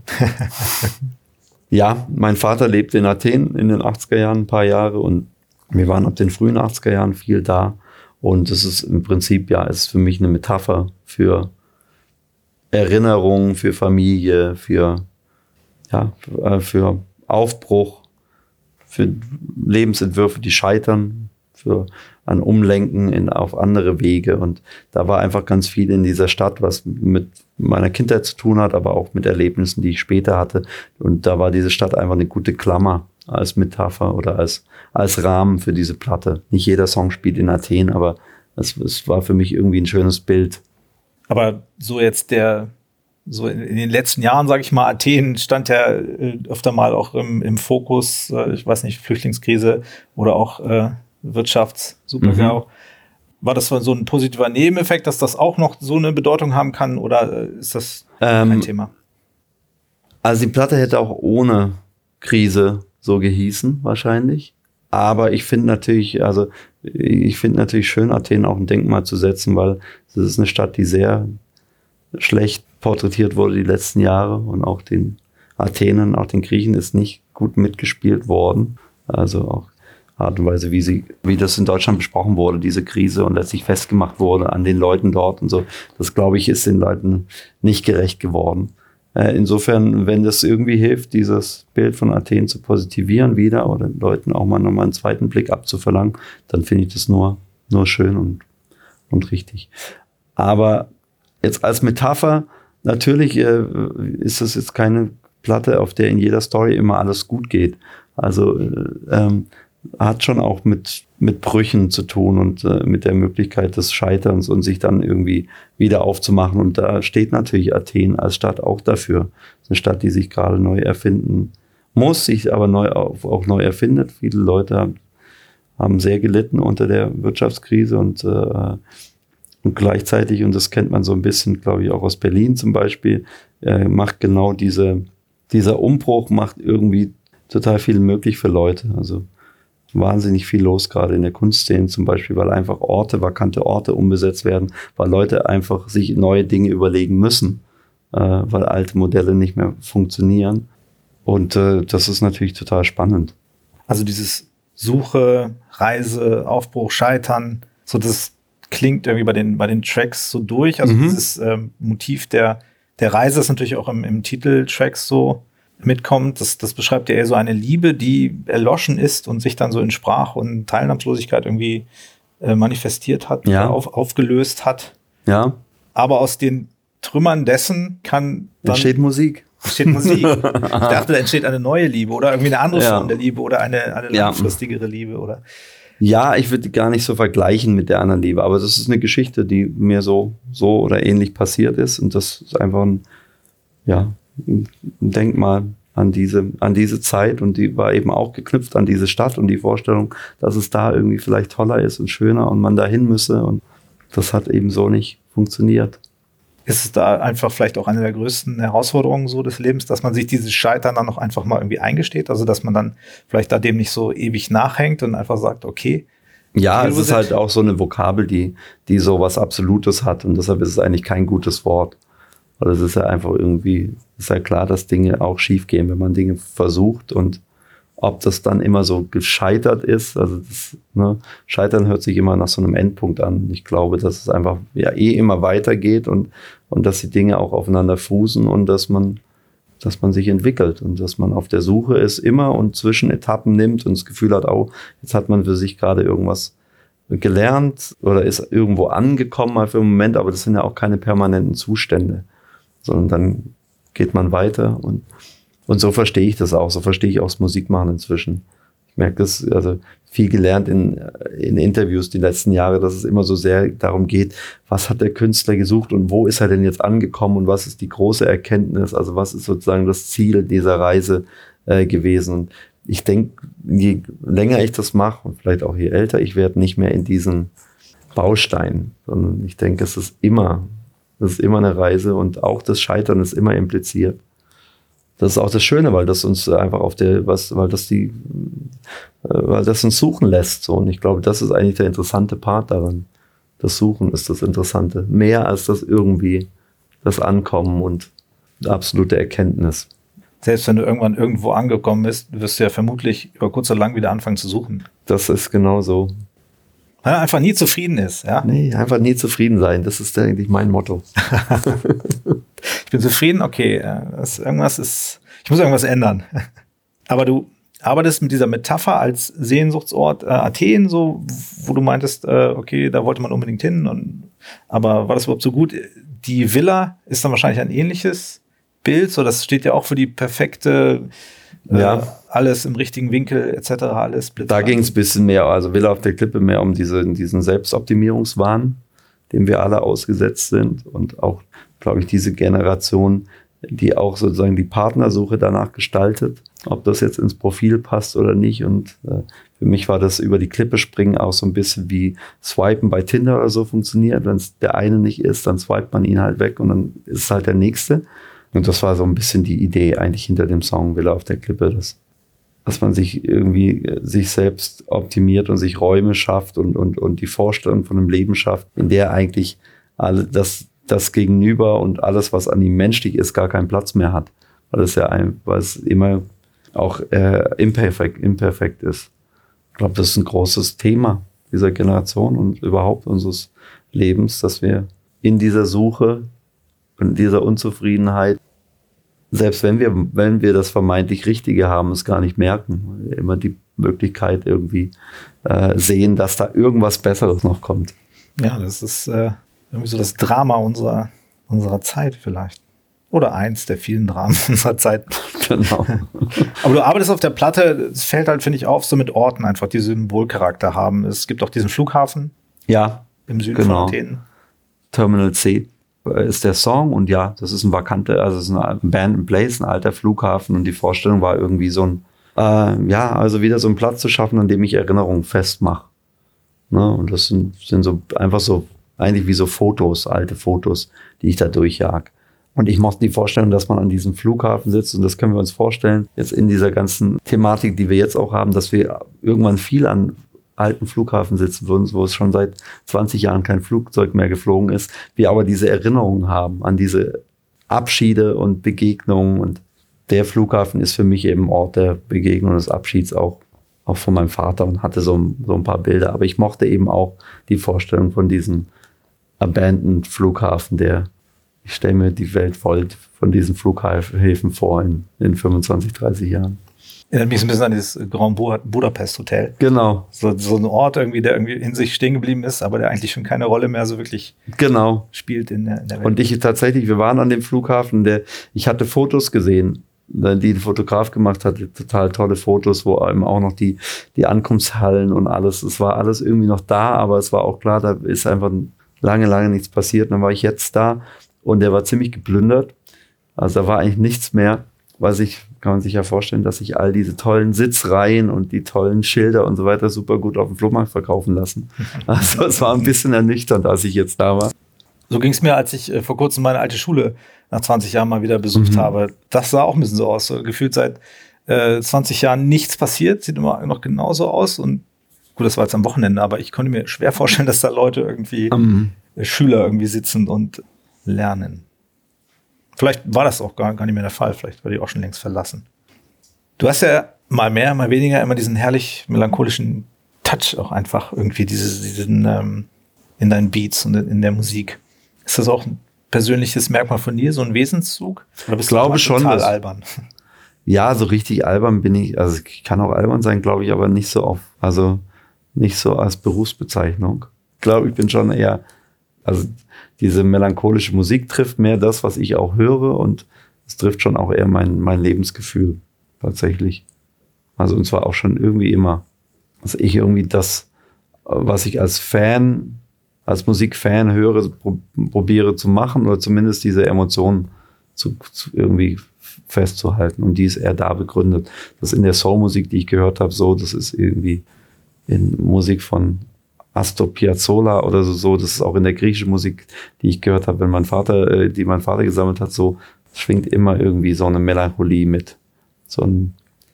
[SPEAKER 1] Ja, mein Vater lebte in Athen in den achtziger Jahren ein paar Jahre und wir waren ab den frühen achtziger Jahren viel da. Und es ist im Prinzip, ja, es ist für mich eine Metapher für Erinnerung, für Familie, für, ja, für Aufbruch, für Lebensentwürfe, die scheitern, für ein Umlenken in, auf andere Wege. Und da war einfach ganz viel in dieser Stadt, was mit meiner Kindheit zu tun hat, aber auch mit Erlebnissen, die ich später hatte. Und da war diese Stadt einfach eine gute Klammer als Metapher oder als, als Rahmen für diese Platte. Nicht jeder Song spielt in Athen, aber es, es war für mich irgendwie ein schönes Bild.
[SPEAKER 3] Aber so jetzt der, so in, in den letzten Jahren, sage ich mal, Athen stand ja äh, öfter mal auch im, im Fokus, äh, ich weiß nicht, Flüchtlingskrise oder auch äh, Wirtschafts-Super-GAU. Mhm. War das so ein positiver Nebeneffekt, dass das auch noch so eine Bedeutung haben kann oder äh, ist das ähm, kein Thema?
[SPEAKER 1] Also die Platte hätte auch ohne Krise so gehießen wahrscheinlich. Aber ich finde natürlich, also ich finde natürlich schön, Athen auch ein Denkmal zu setzen, weil es ist eine Stadt, die sehr schlecht porträtiert wurde die letzten Jahre und auch den Athenern, auch den Griechen ist nicht gut mitgespielt worden. Also auch Art und Weise, wie sie, wie das in Deutschland besprochen wurde, diese Krise und letztlich festgemacht wurde an den Leuten dort und so. Das, glaube ich, ist den Leuten nicht gerecht geworden. Insofern, wenn das irgendwie hilft, dieses Bild von Athen zu positivieren wieder oder Leuten auch mal nochmal einen zweiten Blick abzuverlangen, dann finde ich das nur, nur schön und, und richtig. Aber jetzt als Metapher, natürlich äh, ist das jetzt keine Platte, auf der in jeder Story immer alles gut geht. Also äh, ähm, hat schon auch mit, mit Brüchen zu tun und äh, mit der Möglichkeit des Scheiterns und sich dann irgendwie wieder aufzumachen. Und da steht natürlich Athen als Stadt auch dafür. Es ist eine Stadt, die sich gerade neu erfinden muss, sich aber neu auch, auch neu erfindet. Viele Leute haben, haben sehr gelitten unter der Wirtschaftskrise und, äh, und gleichzeitig, und das kennt man so ein bisschen, glaube ich, auch aus Berlin zum Beispiel, äh, macht genau diese, dieser Umbruch macht irgendwie total viel möglich für Leute. Also wahnsinnig viel los, gerade in der Kunstszene zum Beispiel, weil einfach Orte, vakante Orte umbesetzt werden, weil Leute einfach sich neue Dinge überlegen müssen, äh, weil alte Modelle nicht mehr funktionieren. Und äh, das ist natürlich total spannend.
[SPEAKER 3] Also dieses Suche, Reise, Aufbruch, Scheitern, so das klingt irgendwie bei den, bei den Tracks so durch. Also mhm. dieses ähm, Motiv der, der Reise ist natürlich auch im, im Titel Tracks so mitkommt. Das, das beschreibt ja eher so eine Liebe, die erloschen ist und sich dann so in Sprach- und Teilnahmslosigkeit irgendwie äh, manifestiert hat,
[SPEAKER 1] ja.
[SPEAKER 3] auf, aufgelöst hat.
[SPEAKER 1] Ja.
[SPEAKER 3] Aber aus den Trümmern dessen kann dann
[SPEAKER 1] entsteht Musik.
[SPEAKER 3] Entsteht Musik. Ich dachte, da entsteht eine neue Liebe oder irgendwie eine andere ja. Form der Liebe oder eine, eine langfristigere ja. Liebe, oder?
[SPEAKER 1] Ja, ich würde gar nicht so vergleichen mit der anderen Liebe, aber das ist eine Geschichte, die mir so, so oder ähnlich passiert ist, und das ist einfach ein, ja, ein Denkmal an diese, an diese Zeit, und die war eben auch geknüpft an diese Stadt und die Vorstellung, dass es da irgendwie vielleicht toller ist und schöner und man dahin müsse, und das hat eben so nicht funktioniert.
[SPEAKER 3] Ist es da einfach vielleicht auch eine der größten Herausforderungen so des Lebens, dass man sich dieses Scheitern dann noch einfach mal irgendwie eingesteht? Also, dass man dann vielleicht da dem nicht so ewig nachhängt und einfach sagt, okay.
[SPEAKER 1] Ja, es ist halt auch so eine Vokabel, die, die so was Absolutes hat, und deshalb ist es eigentlich kein gutes Wort. Weil es ist ja einfach irgendwie, ist ja klar, dass Dinge auch schief gehen, wenn man Dinge versucht, und ob das dann immer so gescheitert ist, also das, ne, Scheitern hört sich immer nach so einem Endpunkt an. Ich glaube, dass es einfach ja eh immer weitergeht und, und dass die Dinge auch aufeinander fußen und dass man, dass man sich entwickelt und dass man auf der Suche ist immer und Zwischenetappen nimmt und das Gefühl hat, oh, jetzt hat man für sich gerade irgendwas gelernt oder ist irgendwo angekommen mal für einen Moment, aber das sind ja auch keine permanenten Zustände, sondern dann geht man weiter, und Und so verstehe ich das auch. So verstehe ich auch das Musikmachen inzwischen. Ich merke das, also viel gelernt in, in Interviews die letzten Jahre, dass es immer so sehr darum geht, was hat der Künstler gesucht und wo ist er denn jetzt angekommen und was ist die große Erkenntnis, also was ist sozusagen das Ziel dieser Reise äh, gewesen. Und ich denke, je länger ich das mache und vielleicht auch je älter ich werde, nicht mehr in diesen Bausteinen, sondern ich denke, es ist immer, es ist immer eine Reise, und auch das Scheitern ist immer impliziert. Das ist auch das Schöne, weil das uns einfach auf der, was, weil das die, weil das uns suchen lässt, so. Und ich glaube, das ist eigentlich der interessante Part daran. Das Suchen ist das Interessante. Mehr als das irgendwie, das Ankommen und absolute Erkenntnis.
[SPEAKER 3] Selbst wenn du irgendwann irgendwo angekommen bist, wirst du ja vermutlich über kurz oder lang wieder anfangen zu suchen.
[SPEAKER 1] Das ist genau so.
[SPEAKER 3] Weil er einfach nie zufrieden ist, ja?
[SPEAKER 1] Nee, einfach nie zufrieden sein. Das ist eigentlich mein Motto.
[SPEAKER 3] Ich bin zufrieden, okay, das, irgendwas ist, ich muss irgendwas ändern. Aber du arbeitest mit dieser Metapher als Sehnsuchtsort äh, Athen, so, wo du meintest, äh, okay, da wollte man unbedingt hin, und, aber war das überhaupt so gut? Die Villa ist dann wahrscheinlich ein ähnliches Bild, so, das steht ja auch für die perfekte, äh, ja. alles im richtigen Winkel et cetera, alles blitzblank.
[SPEAKER 1] Da ging es ein bisschen mehr, also Villa auf der Klippe, mehr um diese, diesen Selbstoptimierungswahn, dem wir alle ausgesetzt sind, und auch, glaube ich, diese Generation, die auch sozusagen die Partnersuche danach gestaltet, ob das jetzt ins Profil passt oder nicht. Und äh, für mich war das über die Klippe springen auch so ein bisschen wie Swipen bei Tinder oder so funktioniert. Wenn es der eine nicht ist, dann swipet man ihn halt weg und dann ist es halt der nächste. Und das war so ein bisschen die Idee eigentlich hinter dem Song Villa auf der Klippe, dass, dass man sich irgendwie äh, sich selbst optimiert und sich Räume schafft und, und, und die Vorstellung von einem Leben schafft, in der eigentlich alle das das Gegenüber und alles, was an ihm menschlich ist, gar keinen Platz mehr hat. Weil es ja ein, weil es immer auch äh, imperfekt, imperfekt ist. Ich glaube, das ist ein großes Thema dieser Generation und überhaupt unseres Lebens, dass wir in dieser Suche und dieser Unzufriedenheit, selbst wenn wir, wenn wir das vermeintlich Richtige haben, es gar nicht merken, weil wir immer die Möglichkeit irgendwie äh, sehen, dass da irgendwas Besseres noch kommt.
[SPEAKER 3] Ja, das ist äh irgendwie so das Drama unserer, unserer Zeit vielleicht. Oder eins der vielen Dramen unserer Zeit.
[SPEAKER 1] Genau.
[SPEAKER 3] Aber du arbeitest auf der Platte, es fällt halt, finde ich, auf, so mit Orten einfach, die Symbolcharakter haben. Es gibt auch diesen Flughafen.
[SPEAKER 1] Ja.
[SPEAKER 3] Im Süden
[SPEAKER 1] genau.
[SPEAKER 3] von Athen.
[SPEAKER 1] Terminal C. ist der Song und ja, das ist ein vakanter, also es ist ein Abandoned Place, ein alter Flughafen und die Vorstellung war irgendwie so ein, äh, ja, also wieder so einen Platz zu schaffen, an dem ich Erinnerungen festmache. Ne? Und das sind, sind so einfach so, eigentlich wie so Fotos, alte Fotos, die ich da durchjag. Und ich mochte die Vorstellung, dass man an diesem Flughafen sitzt und das können wir uns vorstellen, jetzt in dieser ganzen Thematik, die wir jetzt auch haben, dass wir irgendwann viel an alten Flughafen sitzen würden, wo es schon seit zwanzig Jahren kein Flugzeug mehr geflogen ist, wir aber diese Erinnerungen haben an diese Abschiede und Begegnungen und der Flughafen ist für mich eben Ort der Begegnung und des Abschieds auch, auch von meinem Vater und hatte so, so ein paar Bilder, aber ich mochte eben auch die Vorstellung von diesem Abandoned Flughafen, der, ich stelle mir die Welt voll von diesen Flughäfen vor in, in fünfundzwanzig, dreißig Jahren.
[SPEAKER 3] Erinnert mich so ein bisschen an dieses Grand Budapest Hotel.
[SPEAKER 1] Genau.
[SPEAKER 3] So, so ein Ort irgendwie, der irgendwie in sich stehen geblieben ist, aber der eigentlich schon keine Rolle mehr so wirklich
[SPEAKER 1] genau.
[SPEAKER 3] spielt in der, in der Welt.
[SPEAKER 1] Und ich tatsächlich, wir waren an dem Flughafen, der, ich hatte Fotos gesehen, die ein Fotograf gemacht hat, total tolle Fotos, wo eben auch noch die, die Ankunftshallen und alles, es war alles irgendwie noch da, aber es war auch klar, da ist einfach lange, lange nichts passiert. Dann war ich jetzt da und der war ziemlich geplündert. Also da war eigentlich nichts mehr. Was ich, kann man sich ja vorstellen, dass sich all diese tollen Sitzreihen und die tollen Schilder und so weiter super gut auf dem Flohmarkt verkaufen lassen. Also es war ein bisschen ernüchternd, als ich jetzt da war.
[SPEAKER 3] So ging es mir, als ich äh, vor kurzem meine alte Schule nach zwanzig Jahren mal wieder besucht mhm. habe. Das sah auch ein bisschen so aus. So, gefühlt seit äh, zwanzig Jahren nichts passiert, sieht immer noch genauso aus. Und gut, das war jetzt am Wochenende, aber ich konnte mir schwer vorstellen, dass da Leute irgendwie, mhm. äh, Schüler irgendwie sitzen und lernen. Vielleicht war das auch gar, gar nicht mehr der Fall. Vielleicht war die auch schon längst verlassen. Du hast ja mal mehr, mal weniger immer diesen herrlich melancholischen Touch auch einfach irgendwie, diese, diesen ähm, in deinen Beats und in der Musik. Ist das auch ein persönliches Merkmal von dir, so ein Wesenszug? Oder bist
[SPEAKER 1] ich glaube
[SPEAKER 3] du
[SPEAKER 1] schon,
[SPEAKER 3] total
[SPEAKER 1] dass,
[SPEAKER 3] albern?
[SPEAKER 1] Ja, so richtig albern bin ich. Also ich kann auch albern sein, glaube ich, aber nicht so auf, also nicht so als Berufsbezeichnung. Ich glaube, ich bin schon eher, also diese melancholische Musik trifft mehr das, was ich auch höre und es trifft schon auch eher mein, mein Lebensgefühl tatsächlich. Also und zwar auch schon irgendwie immer. Also ich irgendwie das, was ich als Fan, als Musikfan höre, pro, probiere zu machen oder zumindest diese Emotionen zu, zu irgendwie festzuhalten und die ist eher da begründet. Das in der Soulmusik, die ich gehört habe, so, das ist irgendwie in Musik von Astor Piazzolla oder so, so, das ist auch in der griechischen Musik, die ich gehört habe, wenn mein Vater, äh, die mein Vater gesammelt hat, so schwingt immer irgendwie so eine Melancholie mit, so ein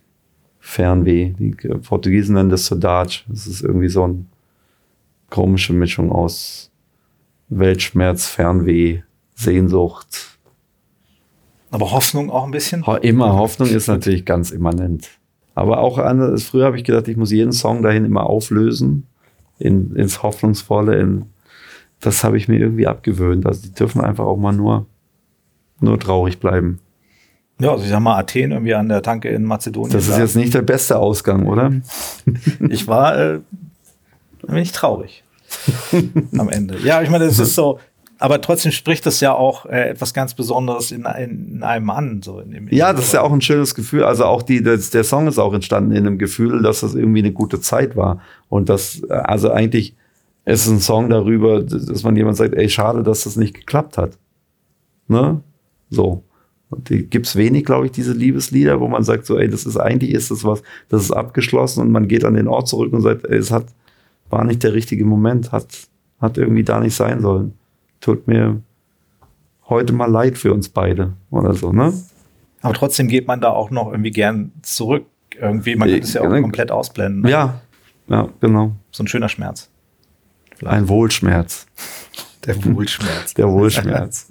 [SPEAKER 1] Fernweh. Die Portugiesen nennen das Saudade. Das ist irgendwie so eine komische Mischung aus Weltschmerz, Fernweh, Sehnsucht.
[SPEAKER 3] Aber Hoffnung auch ein bisschen?
[SPEAKER 1] Immer, Hoffnung ist natürlich ganz immanent. Aber auch an, früher habe ich gedacht, ich muss jeden Song dahin immer auflösen. In, ins Hoffnungsvolle, in, das habe ich mir irgendwie abgewöhnt. Also die dürfen einfach auch mal nur, nur traurig bleiben.
[SPEAKER 3] Ja, also ich sag mal, Athen irgendwie an der Tanke in Mazedonien.
[SPEAKER 1] Das ist jetzt nicht der beste Ausgang, oder?
[SPEAKER 3] Ich war äh, ein wenig traurig am Ende. Ja, ich meine, das ist so, aber trotzdem spricht das ja auch äh, etwas ganz Besonderes in, in, in einem an. So in dem, in
[SPEAKER 1] ja, das ist ja auch ein schönes Gefühl. Also auch die, das, der Song ist auch entstanden in einem Gefühl, dass das irgendwie eine gute Zeit war. Und das, also eigentlich ist es ein Song darüber, dass man jemand sagt, ey, schade, dass das nicht geklappt hat. Ne? So. Und die gibt's wenig, glaube ich, diese Liebeslieder, wo man sagt so, ey, das ist eigentlich ist das was, das ist abgeschlossen und man geht an den Ort zurück und sagt, ey, es hat, war nicht der richtige Moment, hat, hat irgendwie da nicht sein sollen. Tut mir heute mal leid für uns beide oder so, ne?
[SPEAKER 3] Aber trotzdem geht man da auch noch irgendwie gern zurück. Irgendwie, man kann es ja auch komplett ausblenden. Ne?
[SPEAKER 1] Ja, ja, genau.
[SPEAKER 3] So ein schöner Schmerz.
[SPEAKER 1] Vielleicht. Ein Wohlschmerz.
[SPEAKER 3] Der Wohlschmerz.
[SPEAKER 1] Der Wohlschmerz.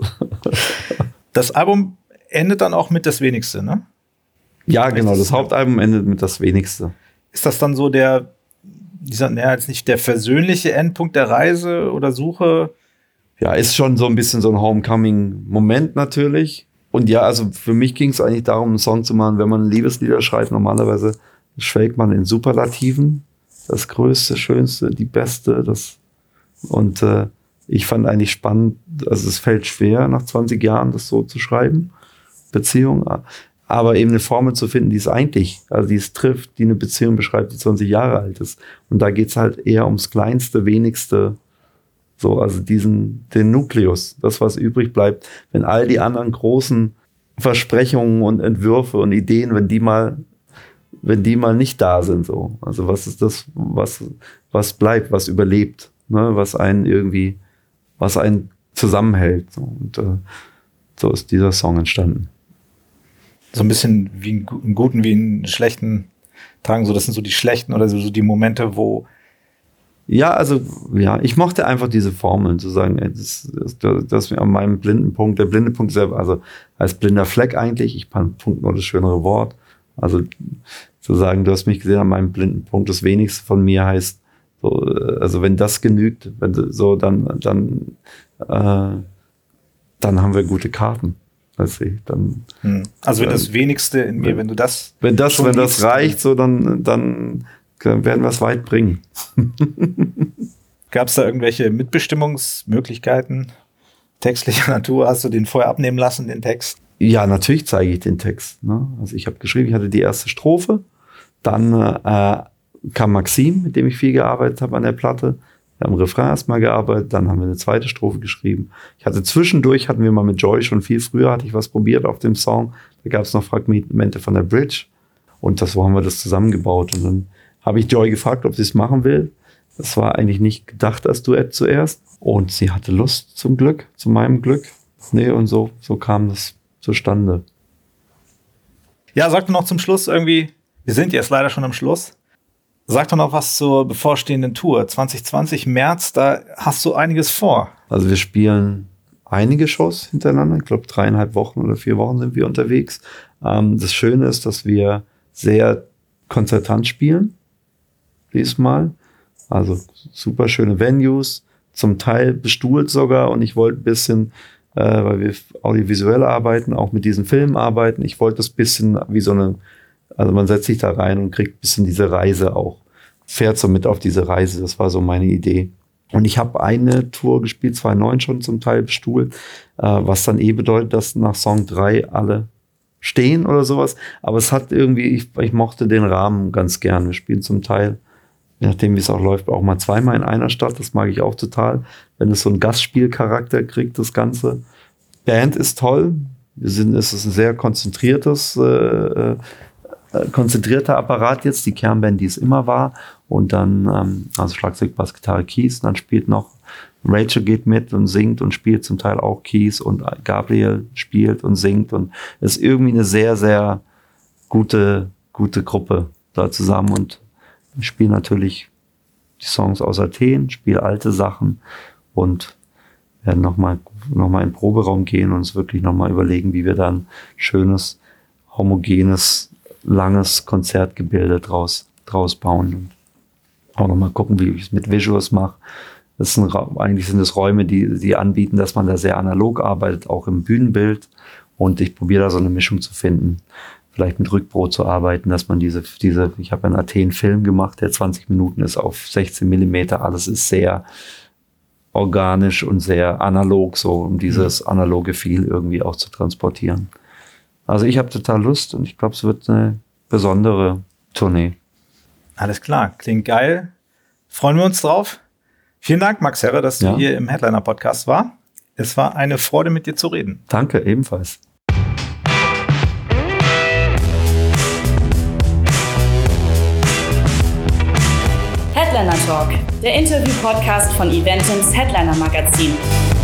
[SPEAKER 3] Das Album endet dann auch mit Das Wenigste, ne?
[SPEAKER 1] Ja, genau. Das Hauptalbum endet mit Das Wenigste.
[SPEAKER 3] Ist das dann so der, dieser, naja, jetzt nicht der versöhnliche Endpunkt der Reise oder Suche?
[SPEAKER 1] Ja, ist schon so ein bisschen so ein Homecoming-Moment natürlich. Und ja, also für mich ging es eigentlich darum, einen Song zu machen, wenn man Liebeslieder schreibt, normalerweise schwelgt man in Superlativen. Das Größte, Schönste, die Beste. Das und äh, ich fand eigentlich spannend, also es fällt schwer, nach zwanzig Jahren das so zu schreiben, Beziehung, aber eben eine Formel zu finden, die es eigentlich, also die es trifft, die eine Beziehung beschreibt, die zwanzig Jahre alt ist. Und da geht's halt eher ums Kleinste, Wenigste, So, also diesen, den Nukleus, das, was übrig bleibt, wenn all die anderen großen Versprechungen und Entwürfe und Ideen, wenn die mal, wenn die mal nicht da sind, so. Also was ist das, was, was bleibt, was überlebt, ne? Was einen irgendwie, was einen zusammenhält. So. Und äh, so ist dieser Song entstanden.
[SPEAKER 3] So ein bisschen wie in, in guten wie in schlechten Tagen, so das sind so die schlechten oder so die Momente, wo
[SPEAKER 1] ja, also ja, ich mochte einfach diese Formeln, zu sagen, ey, das, das, das mir an meinem blinden Punkt, der blinde Punkt selber, also als blinder Fleck eigentlich, ich fand Punkt nur das schönere Wort, also zu sagen, du hast mich gesehen an meinem blinden Punkt, das wenigste von mir heißt, so, also wenn das genügt, wenn so, dann, dann, äh, dann haben wir gute Karten. Also, dann,
[SPEAKER 3] hm. also wenn
[SPEAKER 1] dann,
[SPEAKER 3] das Wenigste in mir, wenn, wenn du das
[SPEAKER 1] wenn das, wenn das
[SPEAKER 3] liebst,
[SPEAKER 1] reicht, so dann, dann werden wir es weit bringen.
[SPEAKER 3] Gab es da irgendwelche Mitbestimmungsmöglichkeiten textlicher Natur? Hast du den vorher abnehmen lassen, den Text?
[SPEAKER 1] Ja, natürlich zeige ich den Text. Ne? Also ich habe geschrieben, ich hatte die erste Strophe, dann äh, kam Maxim, mit dem ich viel gearbeitet habe an der Platte. Wir haben Refrain erstmal gearbeitet, dann haben wir eine zweite Strophe geschrieben. Ich hatte zwischendurch, hatten wir mal mit Joy schon viel früher, hatte ich was probiert auf dem Song. Da gab es noch Fragmente von der Bridge und das, so haben wir das zusammengebaut. Und dann habe ich Joy gefragt, ob sie es machen will. Das war eigentlich nicht gedacht als Duett zuerst. Und sie hatte Lust zum Glück, zu meinem Glück. Nee, und so, so kam das zustande.
[SPEAKER 3] Ja, sag doch noch zum Schluss irgendwie, wir sind jetzt leider schon am Schluss. Sag doch noch was zur bevorstehenden Tour. zwanzig zwanzig, März, da hast du einiges vor.
[SPEAKER 1] Also wir spielen einige Shows hintereinander. Ich glaube, dreieinhalb Wochen oder vier Wochen sind wir unterwegs. Ähm, das Schöne ist, dass wir sehr konzertant spielen. Diesmal. Also super schöne Venues, zum Teil bestuhlt sogar. Und ich wollte ein bisschen, äh, weil wir audiovisuell arbeiten, auch mit diesen Filmen arbeiten. Ich wollte das bisschen wie so eine, also man setzt sich da rein und kriegt ein bisschen diese Reise auch. Fährt so mit auf diese Reise. Das war so meine Idee. Und ich habe eine Tour gespielt, zweitausendneun schon zum Teil bestuhlt, äh, was dann eh bedeutet, dass nach Song drei alle stehen oder sowas. Aber es hat irgendwie, ich, ich mochte den Rahmen ganz gern. Wir spielen zum Teil, je nachdem wie es auch läuft, auch mal zweimal in einer Stadt. Das mag ich auch total, wenn es so einen Gastspielcharakter kriegt, das Ganze. Band ist toll. Wir sind, es ist ein sehr konzentriertes, äh, äh, konzentrierter Apparat jetzt, die Kernband, die es immer war. Und dann, ähm, also Schlagzeug, Bass, Gitarre, Keys. Dann spielt noch Rachel geht mit und singt und spielt zum Teil auch Keys. Und Gabriel spielt und singt. Und es ist irgendwie eine sehr, sehr gute, gute Gruppe da zusammen. Und ich spiele natürlich die Songs aus Athen, spiele alte Sachen und werden nochmal noch mal in den Proberaum gehen und uns wirklich nochmal überlegen, wie wir dann schönes, homogenes, langes Konzertgebilde draus, draus bauen. Und auch nochmal gucken, wie ich es mit Visuals mache. Das sind, eigentlich sind es Räume, die, die anbieten, dass man da sehr analog arbeitet, auch im Bühnenbild. Und ich probiere da so eine Mischung zu finden. Vielleicht mit Rückbrot zu arbeiten, dass man diese, diese, ich habe einen Athen-Film gemacht, der zwanzig Minuten ist auf sechzehn Millimeter. Alles ist sehr organisch und sehr analog, so um dieses analoge Feel irgendwie auch zu transportieren. Also ich habe total Lust und ich glaube, es wird eine besondere Tournee.
[SPEAKER 3] Alles klar, klingt geil. Freuen wir uns drauf. Vielen Dank, Max Herre, dass du ja. hier im Headliner-Podcast war. Es war eine Freude, mit dir zu reden.
[SPEAKER 1] Danke, ebenfalls.
[SPEAKER 2] Headliner Talk, der Interview-Podcast von Eventums Headliner Magazin.